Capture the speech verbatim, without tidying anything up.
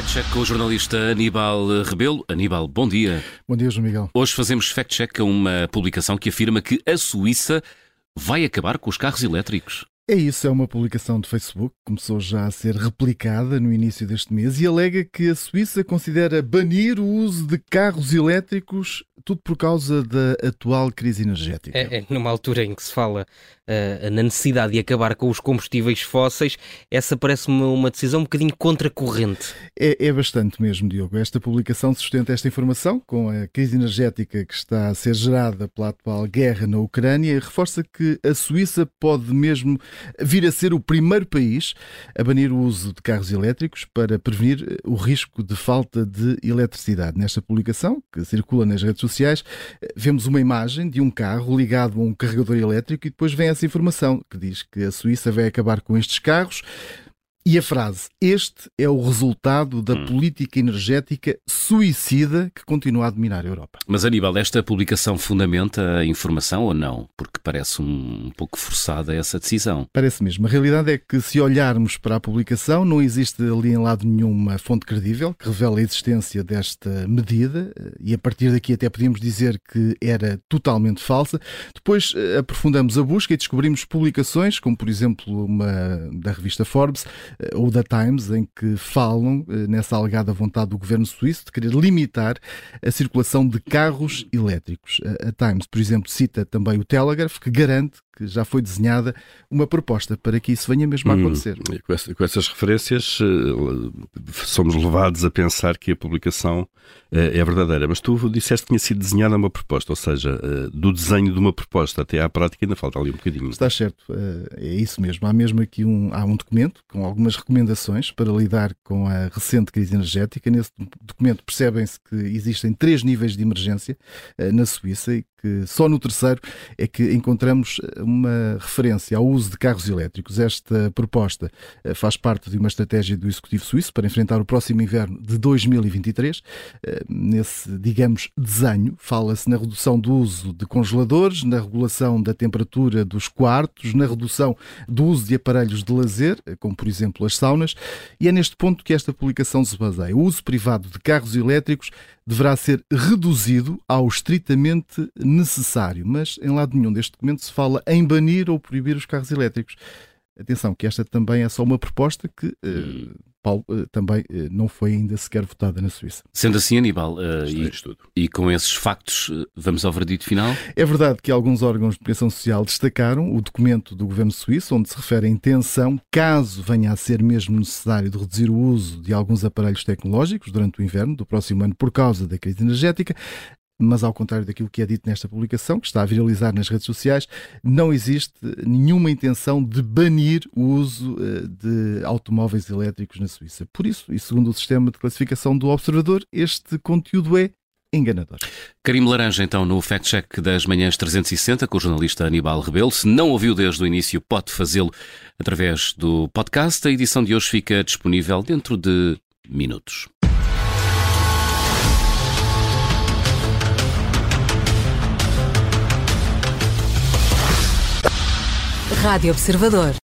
Fact-check com o jornalista Aníbal Rebelo. Aníbal, bom dia. Bom dia, João Miguel. Hoje fazemos fact-check a uma publicação que afirma que a Suíça vai acabar com os carros elétricos. É isso, é uma publicação do Facebook, começou já a ser replicada no início deste mês e alega que a Suíça considera banir o uso de carros elétricos, tudo por causa da atual crise energética. É, é numa altura em que se fala uh, na necessidade de acabar com os combustíveis fósseis, essa parece-me uma decisão um bocadinho contracorrente. É, é bastante mesmo, Diogo. Esta publicação sustenta esta informação com a crise energética que está a ser gerada pela atual guerra na Ucrânia e reforça que a Suíça pode mesmo vir a ser o primeiro país a banir o uso de carros elétricos para prevenir o risco de falta de eletricidade. Nesta publicação, que circula nas redes sociais, vemos uma imagem de um carro ligado a um carregador elétrico e depois vem essa informação que diz que a Suíça vai acabar com estes carros. E a frase, este é o resultado da hum. política energética suicida que continua a dominar a Europa. Mas, Aníbal, esta publicação fundamenta a informação ou não? Porque parece um, um pouco forçada essa decisão. Parece mesmo. A realidade é que, se olharmos para a publicação, não existe ali em lado nenhum uma fonte credível que revela a existência desta medida e, a partir daqui, até podíamos dizer que era totalmente falsa. Depois aprofundamos a busca e descobrimos publicações, como, por exemplo, uma da revista Forbes, ou da Times, em que falam nessa alegada vontade do governo suíço de querer limitar a circulação de carros elétricos. A Times, por exemplo, cita também o Telegraph, que garante que já foi desenhada uma proposta para que isso venha mesmo a acontecer. Hum, com, essa, com essas referências somos levados a pensar que a publicação é verdadeira, mas tu disseste que tinha sido desenhada uma proposta, ou seja, do desenho de uma proposta até à prática ainda falta ali um bocadinho. Está certo, é isso mesmo. Há mesmo aqui um, há um documento com algumas recomendações para lidar com a recente crise energética. Nesse documento percebem-se que existem três níveis de emergência na Suíça e que só no terceiro é que encontramos uma referência ao uso de carros elétricos. Esta proposta faz parte de uma estratégia do Executivo Suíço para enfrentar o próximo inverno de dois mil e vinte e três. Nesse, digamos, desenho, fala-se na redução do uso de congeladores, na regulação da temperatura dos quartos, na redução do uso de aparelhos de lazer, como por exemplo as saunas, e é neste ponto que esta publicação se baseia. O uso privado de carros elétricos deverá ser reduzido ao estritamente necessário, mas em lado nenhum deste documento se fala em banir ou proibir os carros elétricos. Atenção, que esta também é só uma proposta que, uh, Paulo, uh, também uh, não foi ainda sequer votada na Suíça. Sendo assim, Aníbal, uh, e, e com esses factos, uh, vamos ao veredito final? É verdade que alguns órgãos de comunicação social destacaram o documento do governo suíço, onde se refere à intenção, caso venha a ser mesmo necessário, de reduzir o uso de alguns aparelhos tecnológicos durante o inverno do próximo ano por causa da crise energética. Mas, ao contrário daquilo que é dito nesta publicação, que está a viralizar nas redes sociais, não existe nenhuma intenção de banir o uso de automóveis elétricos na Suíça. Por isso, e segundo o sistema de classificação do Observador, este conteúdo é enganador. Carimo Laranja, então, no Fact Check das Manhãs trezentos e sessenta, com o jornalista Aníbal Rebelo. Se não ouviu desde o início, pode fazê-lo através do podcast. A edição de hoje fica disponível dentro de minutos. Rádio Observador.